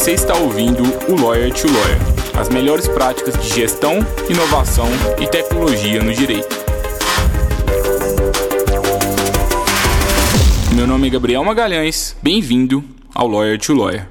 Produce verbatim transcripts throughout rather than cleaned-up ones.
Você está ouvindo o Lawyer to Lawyer, as melhores práticas de gestão, inovação e tecnologia no direito. Meu nome é Gabriel Magalhães, bem-vindo ao Lawyer to Lawyer.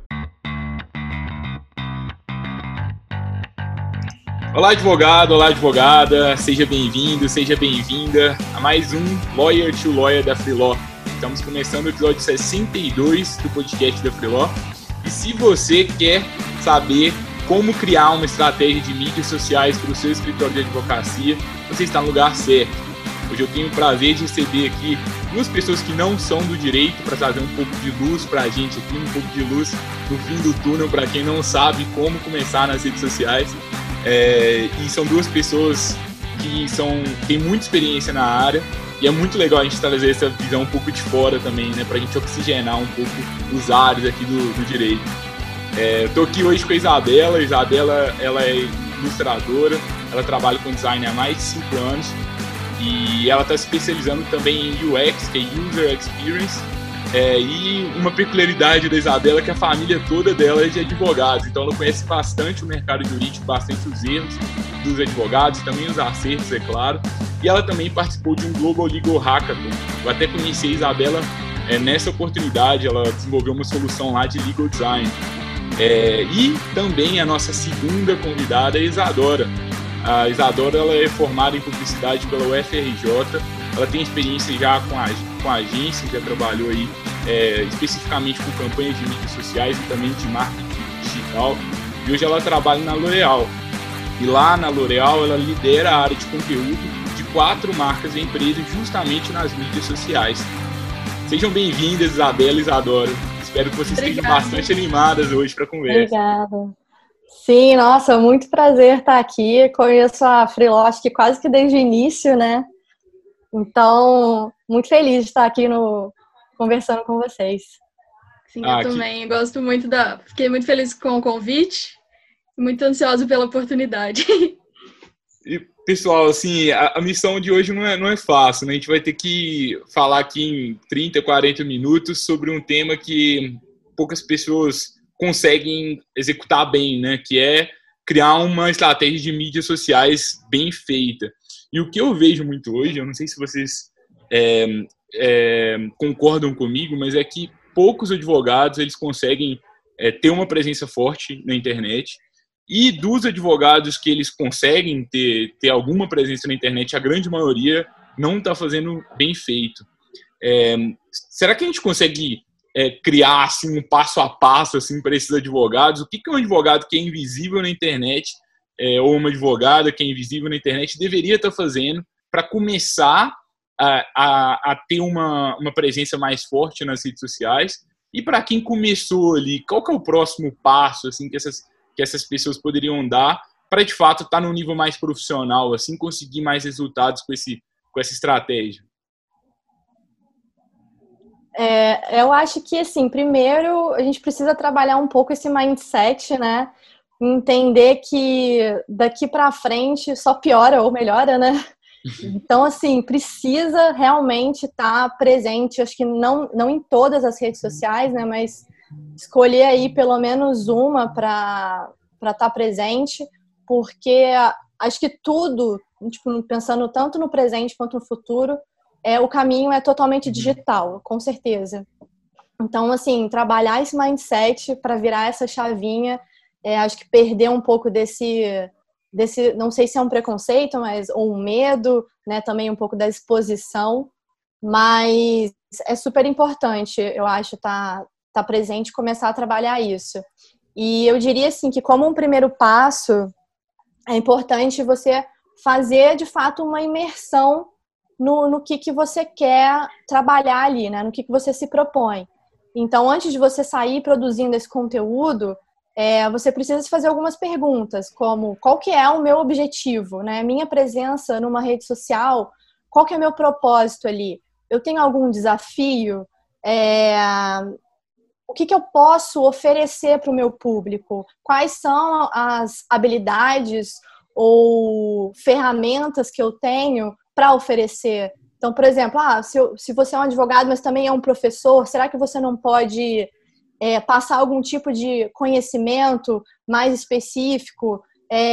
Olá, advogado, olá, advogada, seja bem-vindo, seja bem-vinda a mais um Lawyer to Lawyer da Freeló. Estamos começando o episódio sessenta e dois do podcast da Freeló. E se você quer saber como criar uma estratégia de mídias sociais para o seu escritório de advocacia, você está no lugar certo. Hoje eu tenho o prazer de receber aqui duas pessoas que não são do direito para trazer um pouco de luz para a gente aqui, um pouco de luz no fim do túnel para quem não sabe como começar nas redes sociais. É, e são duas pessoas que são, têm muita experiência na área e é muito legal a gente trazer essa visão um pouco de fora também, né, para a gente oxigenar um pouco os ares aqui do, do direito. É, Estou aqui hoje com a Isabela. A Isabela ela é ilustradora, ela trabalha com design há mais de cinco anos e ela está se especializando também em U X, que é User Experience. É, e uma peculiaridade da Isabela é que a família toda dela é de advogados, então ela conhece bastante o mercado jurídico, bastante os erros dos advogados, também os acertos, é claro. E ela também participou de um Global Legal Hackathon. Eu até conheci a Isabela é, nessa oportunidade, ela desenvolveu uma solução lá de legal design. É, e também a nossa segunda convidada é a Isadora. A Isadora ela é formada em publicidade pela U F R J, ela tem experiência já com a, com a agência, já trabalhou aí é, especificamente com campanhas de mídias sociais e também de marketing digital. E hoje ela trabalha na L'Oréal. E lá na L'Oréal ela lidera a área de conteúdo de quatro marcas e empresas justamente nas mídias sociais. Sejam bem-vindas, Isabela e Isadora. Espero que vocês Obrigada. Estejam bastante animadas hoje para a conversa. Obrigada. Sim, nossa, muito prazer estar aqui. Conheço a Freeló, acho que quase que desde o início, né? Então, muito feliz de estar aqui no, conversando com vocês. Sim, ah, eu também que... gosto muito da... Fiquei muito feliz com o convite, muito ansiosa pela oportunidade. E, pessoal, assim, a, a missão de hoje não é, não é fácil, né? A gente vai ter que falar aqui em trinta, quarenta minutos sobre um tema que poucas pessoas conseguem executar bem, né? Que é criar uma estratégia de mídias sociais bem feita. E o que eu vejo muito hoje, eu não sei se vocês é, é, concordam comigo, mas é que poucos advogados eles conseguem é, ter uma presença forte na internet. E dos advogados que eles conseguem ter, ter alguma presença na internet, a grande maioria não está fazendo bem feito. É, será que a gente consegue é, criar assim, um passo a passo assim, para esses advogados? O que, que é um advogado que é invisível na internet É, ou uma advogada que é invisível na internet deveria estar fazendo para começar a, a, a ter uma, uma presença mais forte nas redes sociais? E para quem começou ali, qual que é o próximo passo assim, que, essas, que essas pessoas poderiam dar para, de fato, estar num nível mais profissional, assim, conseguir mais resultados com, esse, com essa estratégia? É, eu acho que, assim, primeiro a gente precisa trabalhar um pouco esse mindset, né? Entender que daqui para frente só piora ou melhora, né? Então, assim, precisa realmente estar presente, acho que não, não em todas as redes sociais, né? Mas escolher aí pelo menos uma para para estar presente, porque acho que tudo, tipo, pensando tanto no presente quanto no futuro, é, o caminho é totalmente digital, com certeza. Então, assim, trabalhar esse mindset para virar essa chavinha. É, acho que perder um pouco desse, desse, não sei se é um preconceito, mas ou um medo, né, também um pouco da exposição, mas é super importante, eu acho, estar tá, tá presente e começar a trabalhar isso. E eu diria, assim, que como um primeiro passo, é importante você fazer, de fato, uma imersão no, no que, que você quer trabalhar ali, né, no que, que você se propõe. Então, antes de você sair produzindo esse conteúdo, É, você precisa se fazer algumas perguntas, como qual que é o meu objetivo, né? Minha presença numa rede social, qual que é o meu propósito ali? Eu tenho algum desafio? É, o que, que eu posso oferecer para o meu público? Quais são as habilidades ou ferramentas que eu tenho para oferecer? Então, por exemplo, ah, se, eu, se você é um advogado, mas também é um professor, será que você não pode é, passar algum tipo de conhecimento mais específico.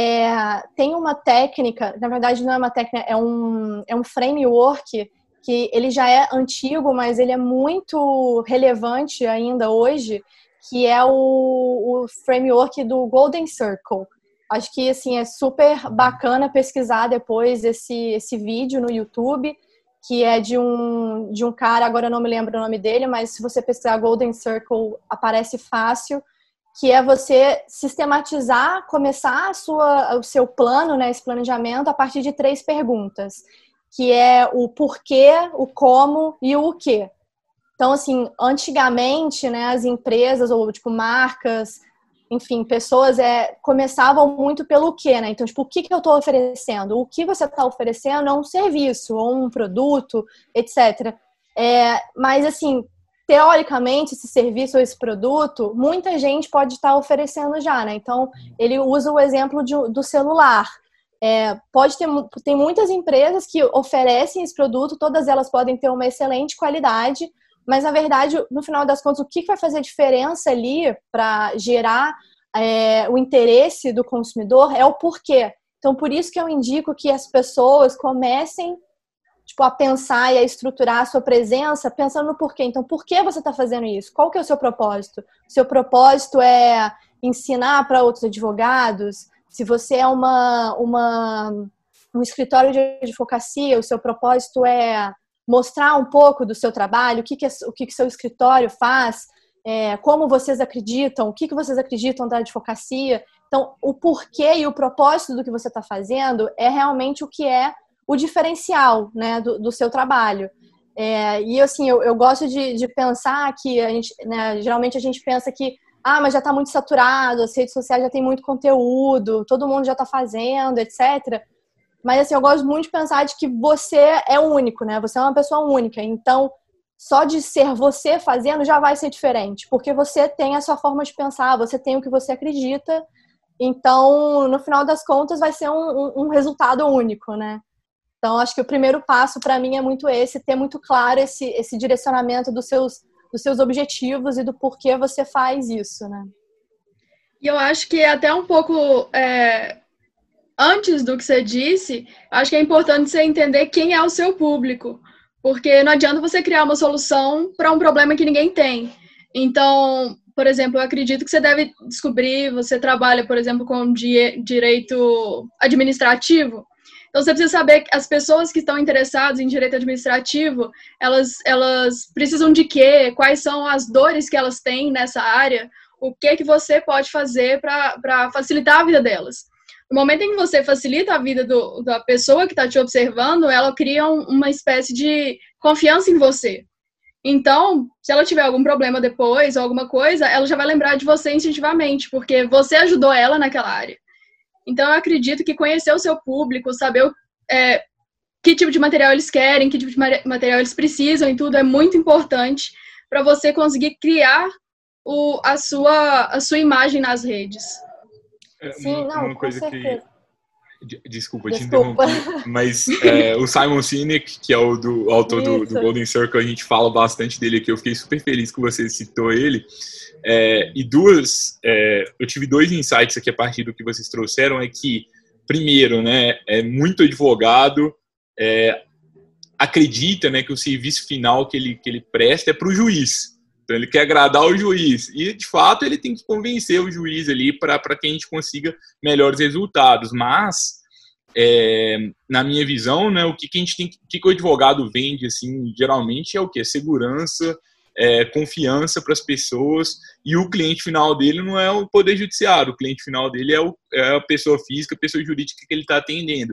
É, tem uma técnica, na verdade não é uma técnica, é um, é um framework que ele já é antigo, mas ele é muito relevante ainda hoje, que é o, o framework do Golden Circle. Acho que assim, é super bacana pesquisar depois esse, esse vídeo no YouTube, que é de um, de um cara, agora eu não me lembro o nome dele, mas se você pesquisar Golden Circle, aparece fácil, que é você sistematizar, começar a sua, o seu plano, né, esse planejamento, a partir de três perguntas, que é o porquê, o como e o quê. Então, assim, antigamente, né, as empresas, ou tipo, marcas, enfim, pessoas é, começavam muito pelo quê, né? Então, tipo, o que, que eu estou oferecendo? O que você está oferecendo é um serviço, ou um produto, etcétera. É, mas, assim, teoricamente, esse serviço ou esse produto, muita gente pode estar oferecendo já, né? Então, ele usa o exemplo de, do celular. É, pode ter, tem muitas empresas que oferecem esse produto, todas elas podem ter uma excelente qualidade, mas, na verdade, no final das contas, o que vai fazer diferença ali para gerar é, o interesse do consumidor é o porquê. Então, por isso que eu indico que as pessoas comecem tipo, a pensar e a estruturar a sua presença pensando no porquê. Então, por que você está fazendo isso? Qual que é o seu propósito? O seu propósito é ensinar para outros advogados? Se você é uma, uma, um escritório de advocacia, o seu propósito é mostrar um pouco do seu trabalho, o que, que, o que, que seu escritório faz, é, como vocês acreditam, o que, que vocês acreditam da advocacia. Então, o porquê e o propósito do que você está fazendo é realmente o que é o diferencial, né, do, do seu trabalho. É, e, assim, eu, eu gosto de, de pensar que, a gente, né, geralmente a gente pensa que ah, mas já está muito saturado, as redes sociais já tem muito conteúdo, todo mundo já está fazendo, etcétera. Mas, assim, eu gosto muito de pensar de que você é único, né? Você é uma pessoa única. Então, só de ser você fazendo já vai ser diferente. Porque você tem a sua forma de pensar, você tem o que você acredita. Então, no final das contas, vai ser um, um, um resultado único, né? Então, acho que o primeiro passo, para mim, é muito esse, ter muito claro esse, esse direcionamento dos seus, dos seus objetivos e do porquê você faz isso, né? E eu acho que até um pouco... É... Antes do que você disse, acho que é importante você entender quem é o seu público, porque não adianta você criar uma solução para um problema que ninguém tem. Então, por exemplo, eu acredito que você deve descobrir, você trabalha, por exemplo, com direito administrativo, então você precisa saber que as pessoas que estão interessadas em direito administrativo, elas, elas precisam de quê, quais são as dores que elas têm nessa área, o que, que você pode fazer para facilitar a vida delas. No momento em que você facilita a vida do, da pessoa que está te observando, ela cria um, uma espécie de confiança em você. Então, se ela tiver algum problema depois, ou alguma coisa, ela já vai lembrar de você instintivamente, porque você ajudou ela naquela área. Então, eu acredito que conhecer o seu público, saber o, é, que tipo de material eles querem, que tipo de material eles precisam e tudo, é muito importante para você conseguir criar o, a, sua, a sua imagem nas redes. Sim, uma, não, uma coisa com certeza. Que... Desculpa, Desculpa te interromper, mas é, o Simon Sinek, que é o do, autor do, do Golden Circle, a gente fala bastante dele aqui, eu fiquei super feliz que você citou ele. É, e duas, é, eu tive dois insights aqui a partir do que vocês trouxeram, é que, primeiro, né, é muito advogado é, acredita, né, que o serviço final que ele, que ele presta é para o juiz. Então, ele quer agradar o juiz. E, de fato, ele tem que convencer o juiz ali para que a gente consiga melhores resultados. Mas, é, na minha visão, né, o que, que a gente tem, o que, que o advogado vende, assim, geralmente é o quê? Segurança, é, confiança para as pessoas. E o cliente final dele não é o poder judiciário. O cliente final dele é, o, é a pessoa física, a pessoa jurídica que ele está atendendo.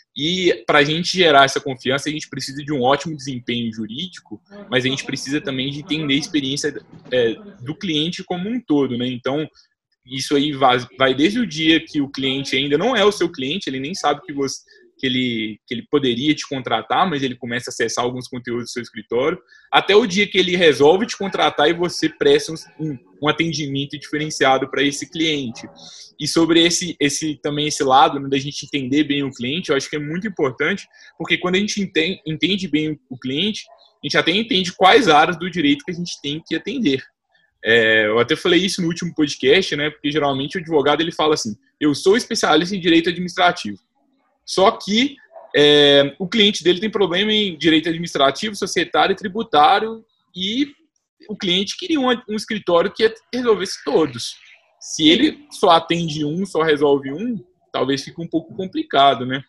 E para a gente gerar essa confiança, a gente precisa de um ótimo desempenho jurídico, mas a gente precisa também de entender a experiência é, do cliente como um todo, né? Então, isso aí vai, vai desde o dia que o cliente ainda não é o seu cliente, ele nem sabe que, você, que, ele, que ele poderia te contratar, mas ele começa a acessar alguns conteúdos do seu escritório, até o dia que ele resolve te contratar e você presta um, um atendimento diferenciado para esse cliente. E sobre esse, esse, também esse lado, né, da gente entender bem o cliente, eu acho que é muito importante, porque quando a gente entende, entende bem o cliente, a gente até entende quais áreas do direito que a gente tem que atender. É, eu até falei isso no último podcast, né? Porque geralmente o advogado ele fala assim: eu sou especialista em direito administrativo. Só que é, o cliente dele tem problema em direito administrativo, societário e tributário, e o cliente queria um, um escritório que resolvesse todos. Se ele só atende um, só resolve um, talvez fique um pouco complicado, né?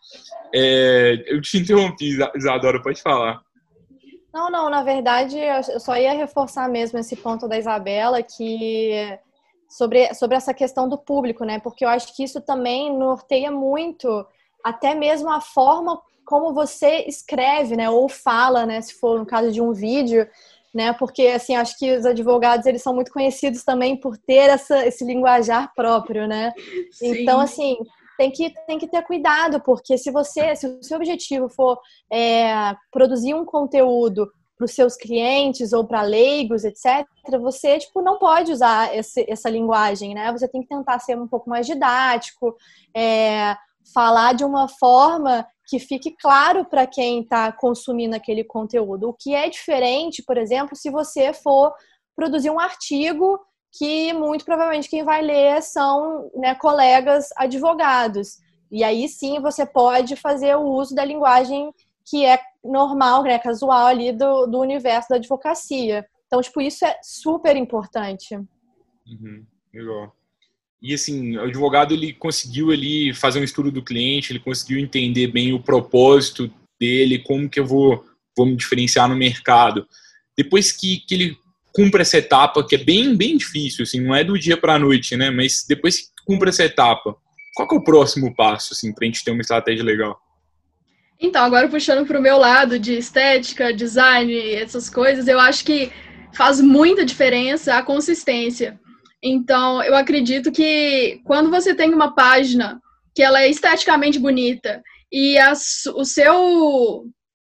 É, eu te interrompi, Isadora, pode falar. Não, não, na verdade, eu só ia reforçar mesmo esse ponto da Isabela, que sobre, sobre essa questão do público, né? Porque eu acho que isso também norteia muito, até mesmo a forma como você escreve, né? Ou fala, né? Se for no caso de um vídeo, né? Porque, assim, acho que os advogados, eles são muito conhecidos também por ter essa, esse linguajar próprio, né? Sim. Então, assim, tem que, tem que ter cuidado, porque se você, se o seu objetivo for é, produzir um conteúdo para os seus clientes ou para leigos, etcétera, você, tipo, não pode usar esse, essa linguagem, né? Você tem que tentar ser um pouco mais didático, é, falar de uma forma que fique claro para quem está consumindo aquele conteúdo. O que é diferente, por exemplo, se você for produzir um artigo que muito provavelmente quem vai ler são, né, colegas advogados. E aí sim você pode fazer o uso da linguagem que é normal, né, casual ali do, do universo da advocacia. Então, tipo, isso é super importante. Uhum, legal. E assim, o advogado ele conseguiu ali fazer um estudo do cliente, ele conseguiu entender bem o propósito dele, como que eu vou, vou me diferenciar no mercado. Depois que, que ele cumpre essa etapa, que é bem, bem difícil, assim, não é do dia para a noite, né? Mas depois que cumpre essa etapa, qual que é o próximo passo, assim, para a gente ter uma estratégia legal? Então, agora puxando para o meu lado de estética, design, essas coisas, eu acho que faz muita diferença a consistência. Então, eu acredito que quando você tem uma página que ela é esteticamente bonita e a, o seu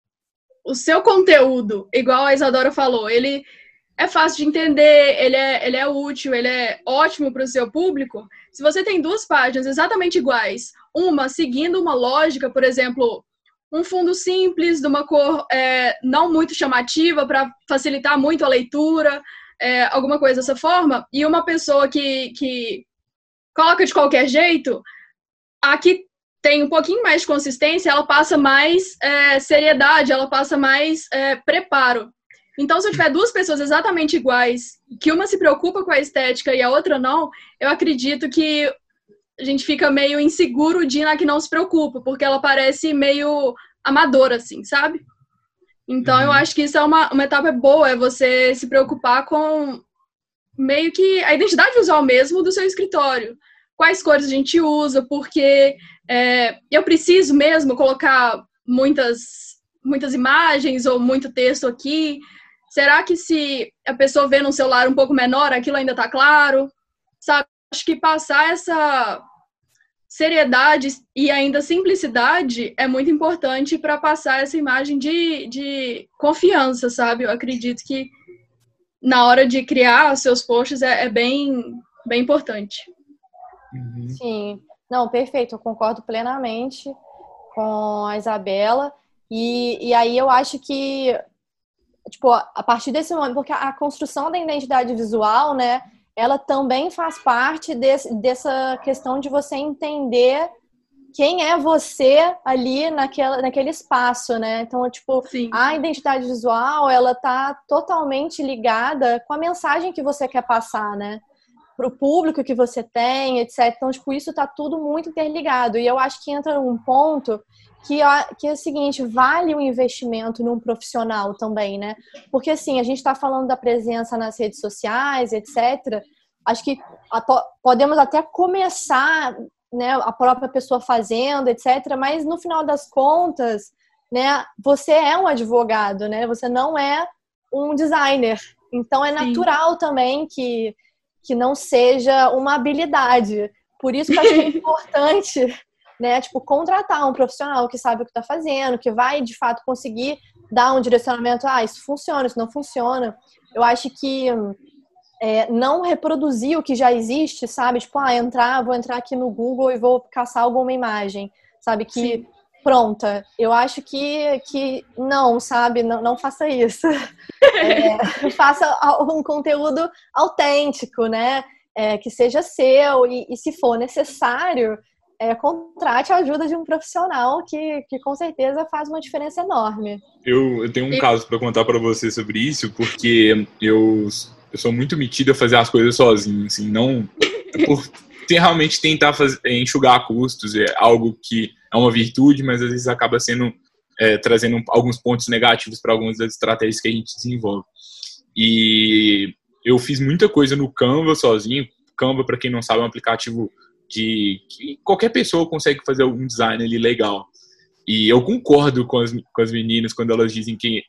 o seu conteúdo, igual a Isadora falou, ele é fácil de entender, ele é, ele é útil, ele é ótimo para o seu público. Se você tem duas páginas exatamente iguais, uma seguindo uma lógica, por exemplo, um fundo simples, de uma cor é, não muito chamativa para facilitar muito a leitura, é, alguma coisa dessa forma, e uma pessoa que, que coloca de qualquer jeito, a que tem um pouquinho mais de consistência, ela passa mais é, seriedade, ela passa mais é, preparo. Então, se eu tiver duas pessoas exatamente iguais, que uma se preocupa com a estética e a outra não, eu acredito que a gente fica meio inseguro de ir na que não se preocupa, porque ela parece meio amadora, assim, sabe? Então, uhum. eu acho que isso é uma, uma etapa boa, é você se preocupar com meio que a identidade visual mesmo do seu escritório. Quais cores a gente usa, porque é, eu preciso mesmo colocar muitas, muitas imagens ou muito texto aqui. Será que se a pessoa vê num celular um pouco menor, aquilo ainda tá claro? Sabe? Acho que passar essa seriedade e ainda simplicidade é muito importante para passar essa imagem de, de confiança, sabe? Eu acredito que na hora de criar os seus posts é, é bem, bem importante. Uhum. Sim. Não, perfeito. Eu concordo plenamente com a Isabela. E, e aí eu acho que tipo, a partir desse momento, porque a construção da identidade visual, né, ela também faz parte desse, dessa questão de você entender quem é você ali naquela, naquele espaço, né? Então, tipo, Sim. a identidade visual, ela tá totalmente ligada com a mensagem que você quer passar, né? Pro público que você tem, etcétera. Então, tipo, isso tá tudo muito interligado. E eu acho que entra num ponto que, que é o seguinte, vale o investimento num profissional também, né? Porque, assim, a gente está falando da presença nas redes sociais, etcétera. Acho que a, podemos até começar, né, a própria pessoa fazendo, etcétera. Mas, no final das contas, né, você é um advogado, né? Você não é um designer. Então, é natural Sim. também que, que não seja uma habilidade. Por isso que eu acho que é importante... né, tipo, contratar um profissional que sabe o que está fazendo, que vai, de fato, conseguir dar um direcionamento, ah, isso funciona, isso não funciona. Eu acho que é, não reproduzir o que já existe, sabe? Tipo, ah, entrar, vou entrar aqui no Google e vou caçar alguma imagem, sabe? Que pronta. Eu acho que, que não, sabe? Não, não faça isso. É, faça um conteúdo autêntico, né? É, que seja seu e, e se for necessário, é, contrate a ajuda de um profissional que, que com certeza faz uma diferença enorme. Eu, eu tenho um e... caso para contar para você sobre isso, porque eu, eu sou muito metido a fazer as coisas sozinho, assim, não por realmente tentar fazer, enxugar custos, é algo que é uma virtude, mas às vezes acaba sendo é, trazendo alguns pontos negativos para algumas das estratégias que a gente desenvolve. E eu fiz muita coisa no Canva sozinho. Canva, para quem não sabe, é um aplicativo de que qualquer pessoa consegue fazer um design ali legal. E eu concordo com as, com as meninas quando elas dizem que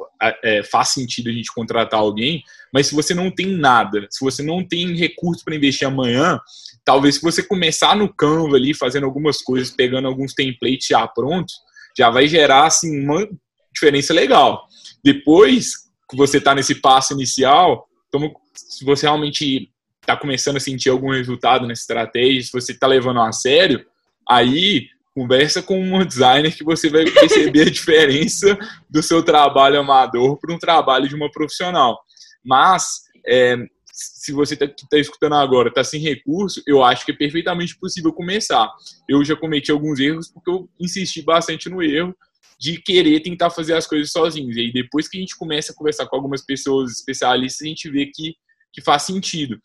é, faz sentido a gente contratar alguém, mas se você não tem nada, se você não tem recurso para investir amanhã, talvez se você começar no Canva ali, fazendo algumas coisas, pegando alguns templates já prontos, já vai gerar assim, uma diferença legal. Depois que você está nesse passo inicial, então, se você realmente está começando a sentir algum resultado nessa estratégia, se você está levando a sério, aí conversa com um designer que você vai perceber a diferença do seu trabalho amador para um trabalho de uma profissional. Mas, é, se você está tá escutando agora, está sem recurso, eu acho que é perfeitamente possível começar. Eu já cometi alguns erros porque eu insisti bastante no erro de querer tentar fazer as coisas sozinhos. E aí, depois que a gente começa a conversar com algumas pessoas especialistas, a gente vê que, que faz sentido.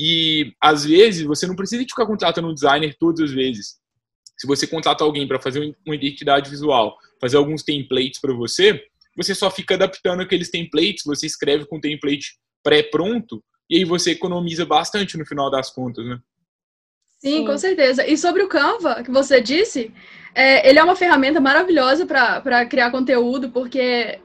E, às vezes, você não precisa de ficar contratando um designer todas as vezes. Se você contrata alguém para fazer uma identidade visual, fazer alguns templates para você, você só fica adaptando aqueles templates, você escreve com um template pré-pronto, e aí você economiza bastante no final das contas, né? Sim, Sim. com certeza. E sobre o Canva, que você disse, é, ele é uma ferramenta maravilhosa para criar conteúdo, porque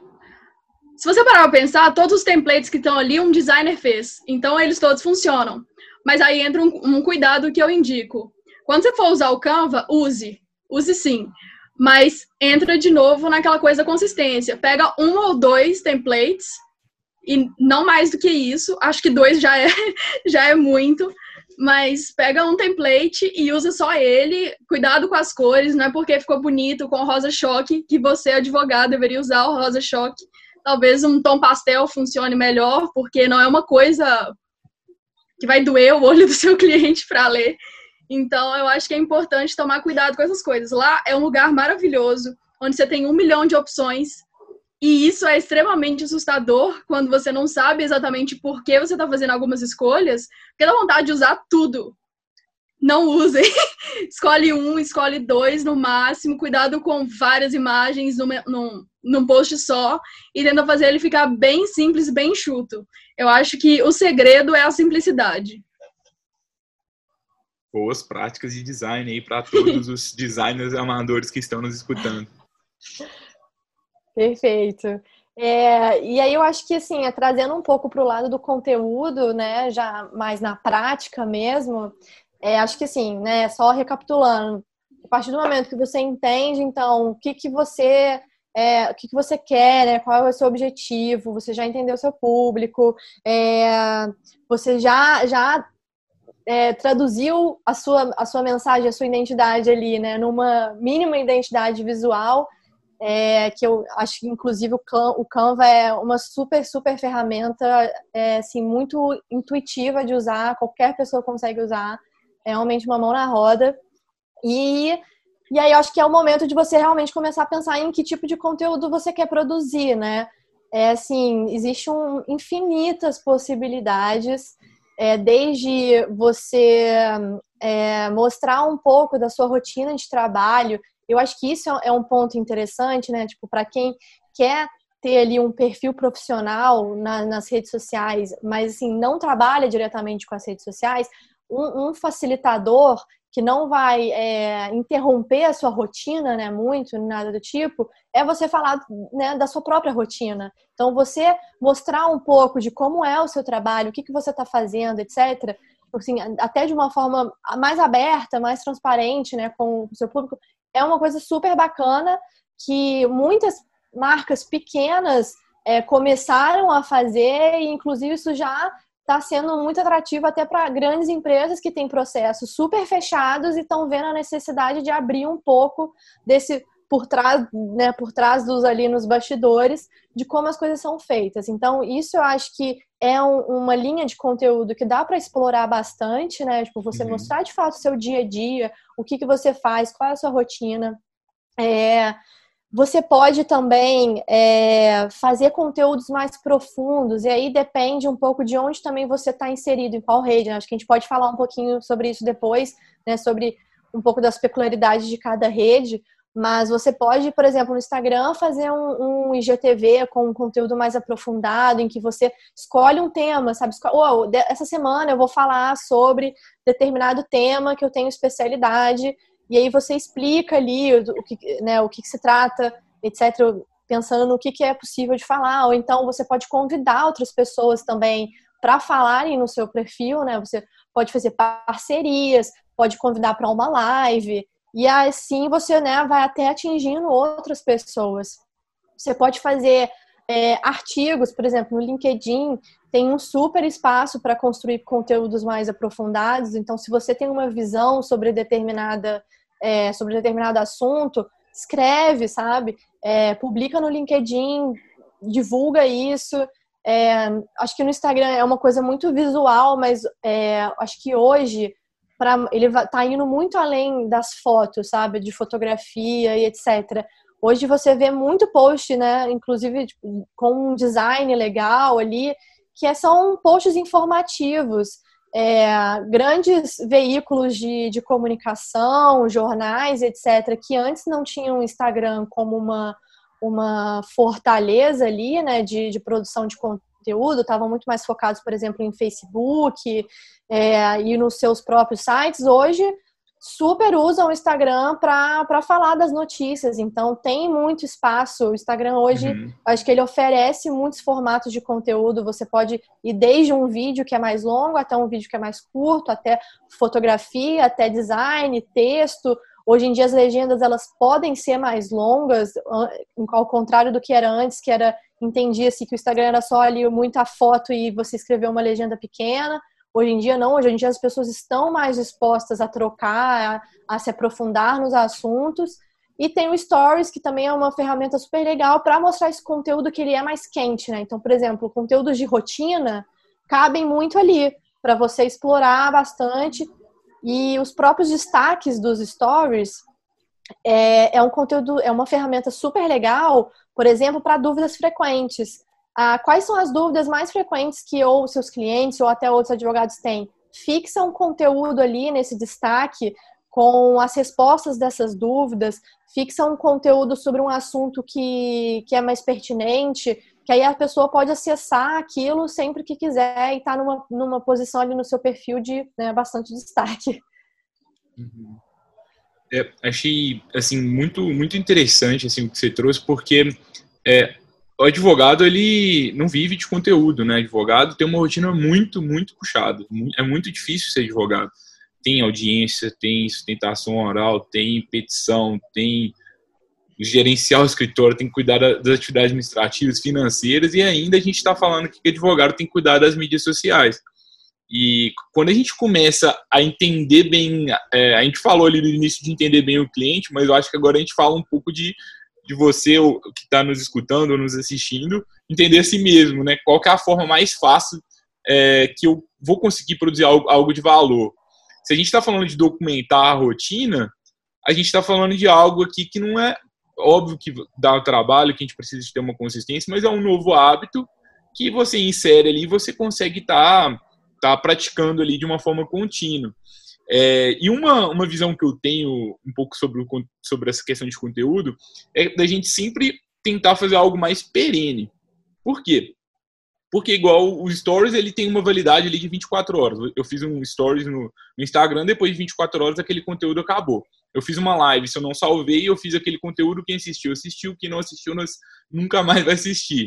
se você parar para pensar, todos os templates que estão ali, um designer fez. Então, eles todos funcionam. Mas aí entra um, um cuidado que eu indico. Quando você for usar o Canva, use. Use sim. Mas entra de novo naquela coisa da consistência. Pega um ou dois templates, e não mais do que isso. Acho que dois já é, já é muito. Mas pega um template e usa só ele. Cuidado com as cores, não é porque ficou bonito com o rosa choque que você, advogado, deveria usar o rosa choque. Talvez um tom pastel funcione melhor, porque não é uma coisa que vai doer o olho do seu cliente para ler. Então, eu acho que é importante tomar cuidado com essas coisas. Lá é um lugar maravilhoso, onde você tem um milhão de opções. E isso é extremamente assustador quando você não sabe exatamente por que você está fazendo algumas escolhas, porque dá vontade de usar tudo. Não usem. Escolhe um, escolhe dois no máximo. Cuidado com várias imagens num, num, num post só. E tenta fazer ele ficar bem simples, bem enxuto. Eu acho que o segredo é a simplicidade. Boas práticas de design aí para todos os designers amadores que estão nos escutando. Perfeito. É, e aí eu acho que, assim, é, trazendo um pouco para o lado do conteúdo, né, já mais na prática mesmo, é, acho que, assim, né, só recapitulando, a partir do momento que você entende, então, o que que você, é, o que que você quer, né, qual é o seu objetivo, você já entendeu o seu público, é, você já, já é, traduziu a sua, a sua mensagem, a sua identidade ali, né, numa mínima identidade visual. É, que eu acho que, inclusive, o Canva é uma super, super ferramenta, é, assim, muito intuitiva de usar, qualquer pessoa consegue usar, é realmente uma mão na roda. E, e aí eu acho que é o momento de você realmente começar a pensar em que tipo de conteúdo você quer produzir, né? É, assim, existem um, infinitas possibilidades, é, desde você é, mostrar um pouco da sua rotina de trabalho. Eu acho que isso é um ponto interessante, né? Tipo, para quem quer ter ali um perfil profissional na, nas redes sociais, mas assim, não trabalha diretamente com as redes sociais, um, um facilitador que não vai é, interromper a sua rotina, né? Muito, nada do tipo, é você falar, né, da sua própria rotina. Então, você mostrar um pouco de como é o seu trabalho, o que, que você está fazendo, etcétera, assim, até de uma forma mais aberta, mais transparente, né, com o seu público, é uma coisa super bacana que muitas marcas pequenas é, começaram a fazer e, inclusive, isso já está sendo muito atrativo até para grandes empresas que têm processos super fechados e estão vendo a necessidade de abrir um pouco desse por trás, né, por trás dos ali nos bastidores de como as coisas são feitas. Então, isso eu acho que é um, uma linha de conteúdo que dá para explorar bastante, né? Tipo, você uhum. mostrar de fato o seu dia a dia, o que, que você faz, qual é a sua rotina. É, você pode também é, fazer conteúdos mais profundos, e aí depende um pouco de onde também você está inserido, em qual rede, né? Acho que a gente pode falar um pouquinho sobre isso depois, né? Sobre um pouco das peculiaridades de cada rede. Mas você pode, por exemplo, no Instagram fazer um, um I G T V com um conteúdo mais aprofundado, em que você escolhe um tema, sabe? Oh, essa semana eu vou falar sobre determinado tema que eu tenho especialidade, e aí você explica ali o que, né, o que, que se trata, etcétera, pensando no que, que é possível de falar. Ou então você pode convidar outras pessoas também para falarem no seu perfil, né? Você pode fazer parcerias, pode convidar para uma live. E assim você, né, vai até atingindo outras pessoas. Você pode fazer é, artigos, por exemplo, no LinkedIn tem um super espaço para construir conteúdos mais aprofundados. Então, se você tem uma visão sobre determinada, é, sobre determinado assunto, escreve, sabe? É, publica no LinkedIn, divulga isso. É, acho que no Instagram é uma coisa muito visual, mas é, acho que hoje Pra, ele tá indo muito além das fotos, sabe? De fotografia e etcétera. Hoje você vê muito post, né? Inclusive tipo, com um design legal ali, que são posts informativos. É, grandes veículos de, de comunicação, jornais, etcétera, que antes não tinham o Instagram como uma, uma fortaleza ali, né? De, de produção de conteúdo, estavam muito mais focados, por exemplo, em Facebook, É, e nos seus próprios sites, hoje super usam o Instagram para falar das notícias. Então tem muito espaço. O Instagram hoje, uhum. acho que ele oferece muitos formatos de conteúdo. Você pode ir desde um vídeo que é mais longo, até um vídeo que é mais curto, até fotografia, até design, texto. Hoje em dia as legendas elas podem ser mais longas, ao contrário do que era antes, que era entendia-se que o Instagram era só ali muita foto e você escreveu uma legenda pequena. Hoje em dia não, hoje em dia as pessoas estão mais dispostas a trocar, a, a se aprofundar nos assuntos. E tem o Stories, que também é uma ferramenta super legal para mostrar esse conteúdo que ele é mais quente, né? Então, por exemplo, conteúdos de rotina cabem muito ali para você explorar bastante. E os próprios destaques dos Stories é, é um conteúdo, é uma ferramenta super legal, por exemplo, para dúvidas frequentes. Ah, quais são as dúvidas mais frequentes que ou seus clientes ou até outros advogados têm? Fixa um conteúdo ali nesse destaque com as respostas dessas dúvidas, fixa um conteúdo sobre um assunto que, que é mais pertinente, que aí a pessoa pode acessar aquilo sempre que quiser e estar tá numa, numa posição ali no seu perfil de, né, bastante destaque. Uhum. É, achei assim, muito, muito interessante assim, o que você trouxe, porque é, o advogado, ele não vive de conteúdo, né? O advogado tem uma rotina muito, muito puxada. É muito difícil ser advogado. Tem audiência, tem sustentação oral, tem petição, tem gerenciar o escritório, tem que cuidar das atividades administrativas, financeiras, e ainda a gente está falando que o advogado tem que cuidar das mídias sociais. E quando a gente começa a entender bem, é, a gente falou ali no início de entender bem o cliente, mas eu acho que agora a gente fala um pouco de de você que está nos escutando ou nos assistindo, entender a si mesmo, né? Qual que é a forma mais fácil é, que eu vou conseguir produzir algo, algo de valor. Se a gente está falando de documentar a rotina, a gente está falando de algo aqui que não é óbvio que dá trabalho, que a gente precisa de ter uma consistência, mas é um novo hábito que você insere ali e você consegue estar tá, tá praticando ali de uma forma contínua. É, e uma, uma visão que eu tenho um pouco sobre, o, sobre essa questão de conteúdo é da gente sempre tentar fazer algo mais perene. Por quê? Porque igual o Stories, ele tem uma validade ali de vinte e quatro horas. Eu fiz um Stories no, no Instagram, depois de vinte e quatro horas aquele conteúdo acabou. Eu fiz uma live, se eu não salvei, eu fiz aquele conteúdo, quem assistiu, assistiu, quem não assistiu, nós nunca mais vai assistir.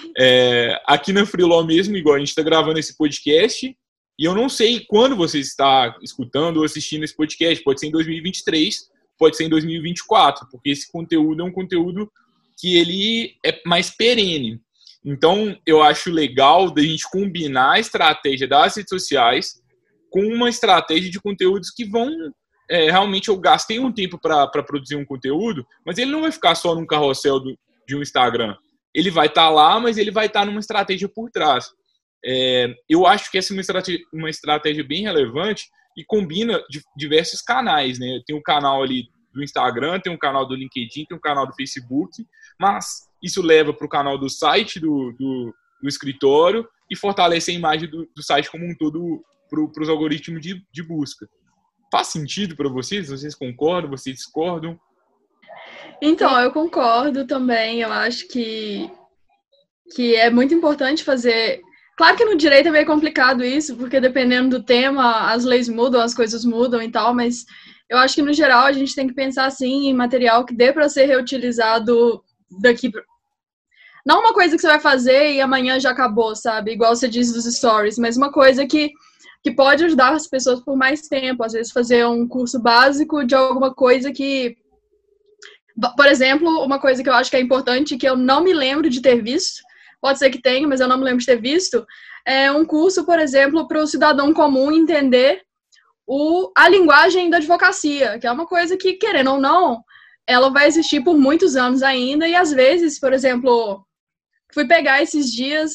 É, aqui na Freeló mesmo, igual a gente está gravando esse podcast, e eu não sei quando você está escutando ou assistindo esse podcast. Pode ser em dois mil e vinte e três, pode ser em dois mil e vinte e quatro, porque esse conteúdo é um conteúdo que ele é mais perene. Então, eu acho legal da gente combinar a estratégia das redes sociais com uma estratégia de conteúdos que vão é, realmente eu gastei um tempo para produzir um conteúdo, mas ele não vai ficar só num carrossel do, de um Instagram. Ele vai estar tá lá, mas ele vai estar tá numa estratégia por trás. É, eu acho que essa é uma estratégia, uma estratégia bem relevante e combina de, diversos canais, né? Tem um canal ali do Instagram, tem um canal do LinkedIn, tem um canal do Facebook, mas isso leva para o canal do site do, do, do escritório e fortalece a imagem do, do site como um todo para os algoritmos de, de busca. Faz sentido para vocês? Vocês concordam? Vocês discordam? Então, eu concordo também. Eu acho que, que é muito importante fazer... Claro que no direito é meio complicado isso, porque dependendo do tema, as leis mudam, as coisas mudam e tal, mas eu acho que no geral a gente tem que pensar assim em material que dê para ser reutilizado daqui... Não uma coisa que você vai fazer e amanhã já acabou, sabe? Igual você diz dos stories, mas uma coisa que, que pode ajudar as pessoas por mais tempo. Às vezes fazer um curso básico de alguma coisa que... Por exemplo, uma coisa que eu acho que é importante, que eu não me lembro de ter visto, pode ser que tenha, mas eu não me lembro de ter visto, é um curso, por exemplo, para o cidadão comum entender o, a linguagem da advocacia, que é uma coisa que, querendo ou não, ela vai existir por muitos anos ainda, e às vezes, por exemplo, fui pegar esses dias,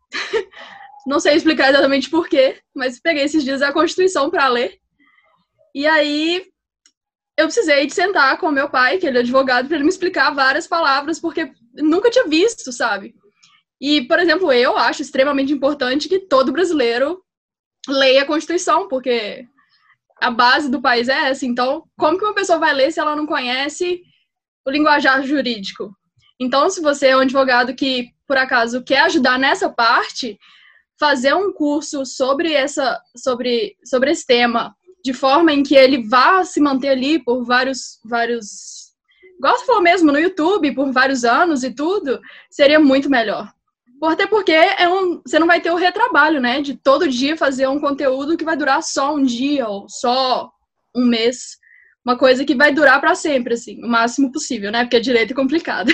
não sei explicar exatamente por quê, mas peguei esses dias a Constituição para ler, e aí eu precisei de sentar com meu pai, que ele é advogado, para ele me explicar várias palavras, porque nunca tinha visto, sabe? E, por exemplo, eu acho extremamente importante que todo brasileiro leia a Constituição, porque a base do país é essa. Então, como que uma pessoa vai ler se ela não conhece o linguajar jurídico? Então, se você é um advogado que, por acaso, quer ajudar nessa parte, fazer um curso sobre, essa, sobre, sobre esse tema, de forma em que ele vá se manter ali por vários, vários, igual você falou mesmo, no YouTube, por vários anos e tudo, seria muito melhor. Até porque é um, você não vai ter o retrabalho, né? De todo dia fazer um conteúdo que vai durar só um dia ou só um mês. Uma coisa que vai durar para sempre, assim, o máximo possível, né? Porque direito é complicado.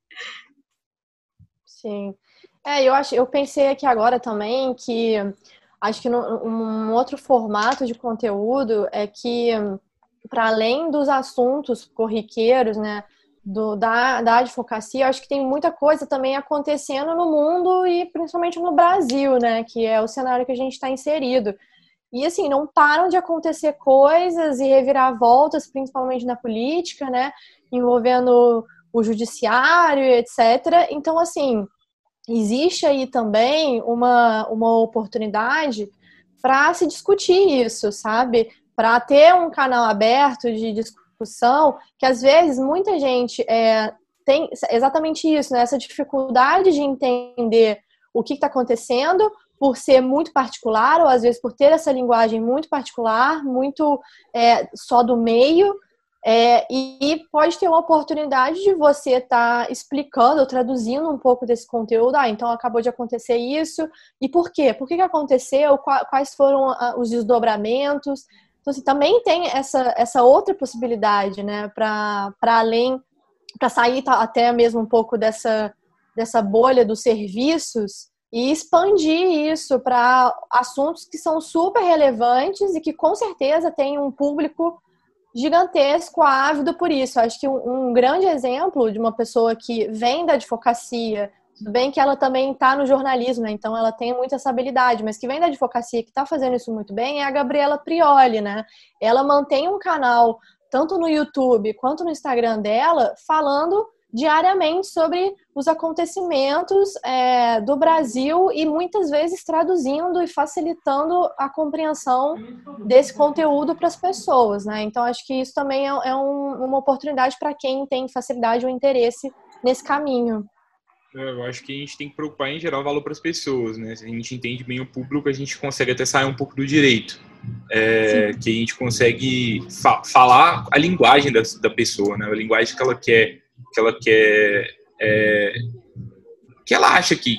Sim. É, eu, acho, eu pensei aqui agora também que acho que no, um outro formato de conteúdo é que, para além dos assuntos corriqueiros, né? Do, da, da advocacia, eu acho que tem muita coisa também acontecendo no mundo e principalmente no Brasil, né, que é o cenário que a gente está inserido. E assim, não param de acontecer coisas e reviravoltas, principalmente na política, né, envolvendo o judiciário, etcétera. Então, assim, existe aí também uma, uma oportunidade para se discutir isso, sabe? Para ter um canal aberto de discussão, que às vezes muita gente é, tem exatamente isso, né? Essa dificuldade de entender o que está acontecendo por ser muito particular, ou às vezes por ter essa linguagem muito particular, muito é, só do meio, é, e, e pode ter uma oportunidade de você estar tá explicando ou traduzindo um pouco desse conteúdo. Ah, então acabou de acontecer isso, e por quê? Por que, que aconteceu? Quais foram os desdobramentos? Então, assim, também tem essa, essa outra possibilidade, né, para além, para sair até mesmo um pouco dessa, dessa bolha dos serviços e expandir isso para assuntos que são super relevantes e que com certeza tem um público gigantesco, ávido por isso. Acho que um, um grande exemplo de uma pessoa que vem da advocacia, tudo bem que ela também está no jornalismo, né? Então ela tem muito essa habilidade, mas que vem da advocacia, que está fazendo isso muito bem, é a Gabriela Prioli, né? Ela mantém um canal, tanto no YouTube quanto no Instagram dela, falando diariamente sobre os acontecimentos é, do Brasil e muitas vezes traduzindo e facilitando a compreensão desse conteúdo para as pessoas, né? Então acho que isso também é, é um, uma oportunidade para quem tem facilidade ou interesse nesse caminho. Eu acho que a gente tem que preocupar em gerar valor para as pessoas, né? Se a gente entende bem o público, a gente consegue até sair um pouco do direito. É, que a gente consegue fa- falar a linguagem da, da pessoa, né? A linguagem que ela quer, que ela quer, é, que ela acha que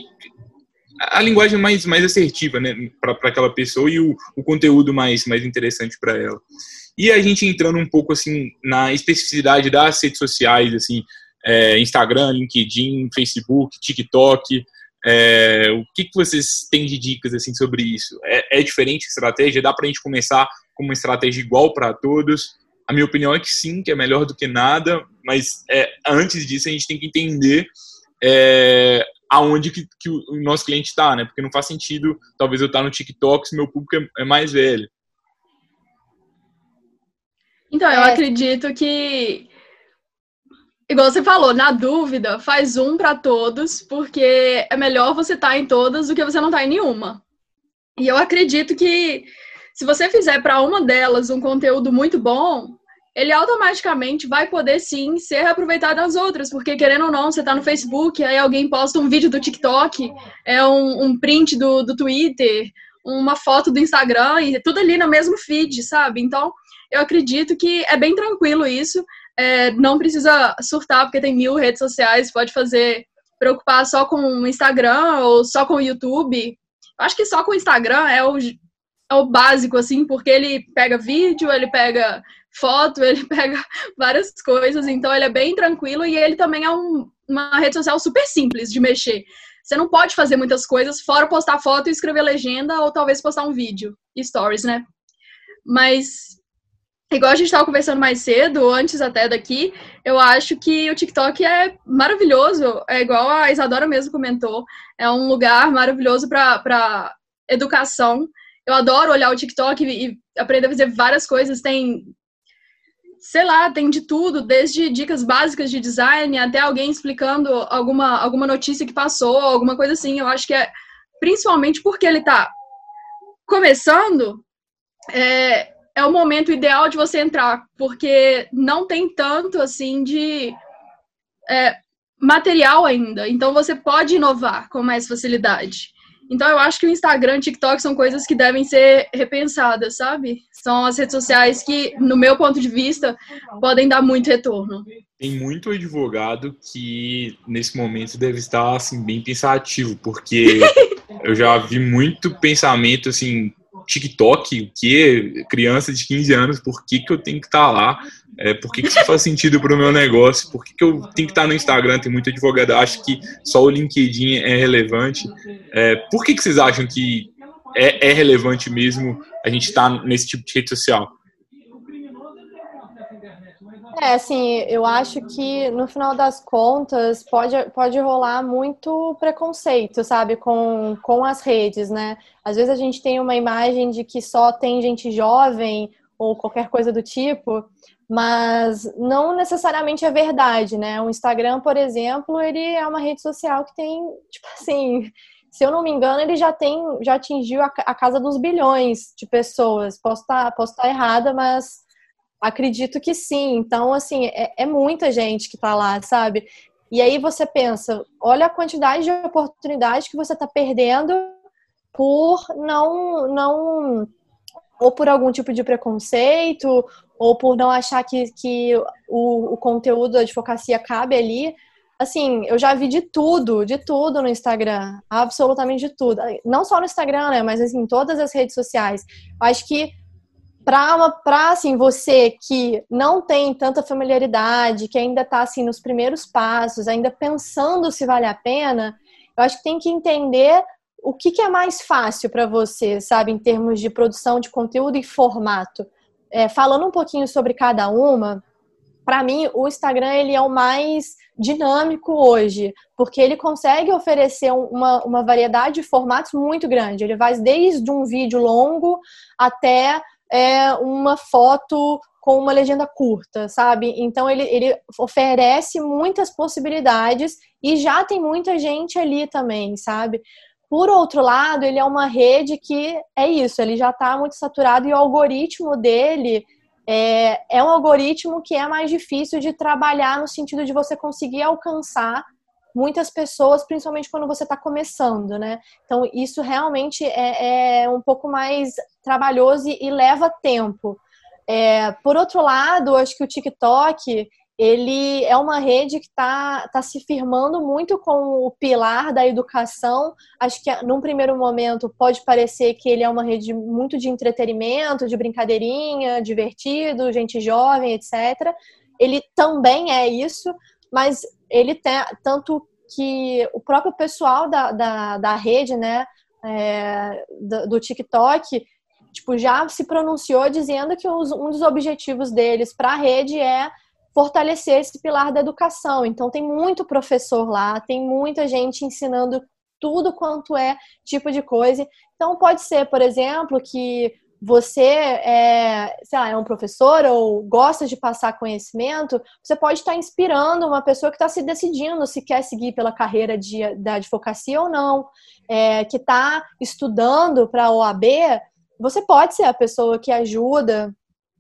a linguagem mais, mais assertiva, né? Para aquela pessoa e o, o conteúdo mais, mais interessante para ela. E a gente entrando um pouco assim na especificidade das redes sociais, assim. É, Instagram, LinkedIn, Facebook, TikTok. É, o que, que vocês têm de dicas assim, sobre isso? É, é diferente a estratégia? Dá para a gente começar com uma estratégia igual para todos? a minha opinião é que sim, que é melhor do que nada, mas é, antes disso a gente tem que entender é, aonde que, que o nosso cliente está, né? Porque não faz sentido, talvez eu estar no TikTok se meu público é, é mais velho. Então, eu é. acredito que, igual você falou, na dúvida, faz um para todos, porque é melhor você estar em todas do que você não estar em nenhuma. E eu acredito que se você fizer para uma delas um conteúdo muito bom, ele automaticamente vai poder sim ser aproveitado nas outras, porque querendo ou não, você tá no Facebook, aí alguém posta um vídeo do TikTok, é um, um print do, do Twitter, uma foto do Instagram, e tudo ali no mesmo feed, sabe? Então, eu acredito que é bem tranquilo isso, é, não precisa surtar, porque tem mil redes sociais, pode fazer, preocupar só com o Instagram ou só com o YouTube. Acho que só com o Instagram é o, é o básico, assim, porque ele pega vídeo, ele pega foto, ele pega várias coisas, então ele é bem tranquilo e ele também é um, uma rede social super simples de mexer. Você não pode fazer muitas coisas, fora postar foto e escrever legenda, ou talvez postar um vídeo, stories, né? Mas, igual a gente estava conversando mais cedo, antes até daqui, eu acho que o TikTok é maravilhoso, é igual a Isadora mesmo comentou, é um lugar maravilhoso para educação. Eu adoro olhar o TikTok e, e aprender a fazer várias coisas, tem... sei lá, tem de tudo, desde dicas básicas de design até alguém explicando alguma, alguma notícia que passou, alguma coisa assim. Eu acho que é, principalmente porque ele tá começando, é, é o momento ideal de você entrar, porque não tem tanto, assim, de é, material ainda. Então, você pode inovar com mais facilidade. Então, eu acho que o Instagram e o TikTok são coisas que devem ser repensadas, sabe? São as redes sociais que, no meu ponto de vista, podem dar muito retorno. Tem muito advogado que, nesse momento, deve estar, assim, bem pensativo, porque eu já vi muito pensamento, assim, TikTok, o que? Criança de quinze anos, por que que eu tenho que estar lá? É, por que que isso faz sentido para o meu negócio? Por que que eu tenho que estar no Instagram? Tem muito advogado, acho que só o LinkedIn é relevante. É, por que que vocês acham que é, é relevante mesmo a gente estar nesse tipo de rede social? É, assim, eu acho que no final das contas pode, pode rolar muito preconceito, sabe, com, com as redes, né? Às vezes a gente tem uma imagem de que só tem gente jovem ou qualquer coisa do tipo, mas não necessariamente é verdade, né? O Instagram, por exemplo, ele é uma rede social que tem, tipo assim, se eu não me engano, ele já tem, já atingiu a, a casa dos bilhões de pessoas. Posso estar, posso estar errada, mas acredito que sim. Então, assim, é, é muita gente que tá lá, sabe? E aí você pensa, olha a quantidade de oportunidades que você tá perdendo por não, não, ou por algum tipo de preconceito, ou por não achar que, que o, o conteúdo da advocacia cabe ali. Assim, eu já vi de tudo, de tudo no Instagram, absolutamente de tudo. Não só no Instagram, né, mas assim, em todas as redes sociais. Eu acho que para, para assim, você que não tem tanta familiaridade, que ainda está assim, nos primeiros passos, ainda pensando se vale a pena, eu acho que tem que entender o que, que é mais fácil para você, sabe, em termos de produção de conteúdo e formato. É, falando um pouquinho sobre cada uma, para mim, o Instagram ele é o mais dinâmico hoje, porque ele consegue oferecer uma, uma variedade de formatos muito grande. Ele vai desde um vídeo longo até é, uma foto com uma legenda curta, sabe? Então, ele, ele oferece muitas possibilidades e já tem muita gente ali também, sabe? Por outro lado, ele é uma rede que é isso, ele já está muito saturado e o algoritmo dele é, é um algoritmo que é mais difícil de trabalhar no sentido de você conseguir alcançar muitas pessoas, principalmente quando você está começando, né? Então, isso realmente é, é um pouco mais trabalhoso e, e leva tempo. É, por outro lado, acho que o TikTok, ele é uma rede que está tá se firmando muito com o pilar da educação. Acho que, num primeiro momento, pode parecer que ele é uma rede muito de entretenimento, de brincadeirinha, divertido, gente jovem, etcétera. Ele também é isso, mas ele tem, tanto que o próprio pessoal da, da, da rede, né, é, do, do TikTok, tipo, já se pronunciou dizendo que os, um dos objetivos deles para a rede é fortalecer esse pilar da educação. Então, tem muito professor lá, tem muita gente ensinando tudo quanto é tipo de coisa. Então, pode ser, por exemplo, que você é, sei lá, é um professor ou gosta de passar conhecimento, você pode estar inspirando uma pessoa que está se decidindo se quer seguir pela carreira de, da advocacia ou não, é, que está estudando para a O A B, você pode ser a pessoa que ajuda,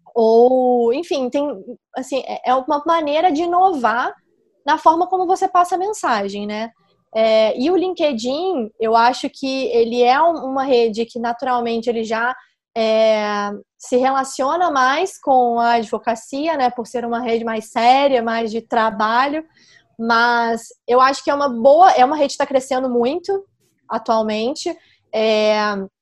ou, enfim, tem, assim, é uma maneira de inovar na forma como você passa a mensagem, né? É, e o LinkedIn, eu acho que ele é uma rede que naturalmente ele já É, se relaciona mais com a advocacia, né, por ser uma rede mais séria, mais de trabalho, mas eu acho que é uma boa, é uma rede que está crescendo muito atualmente, é,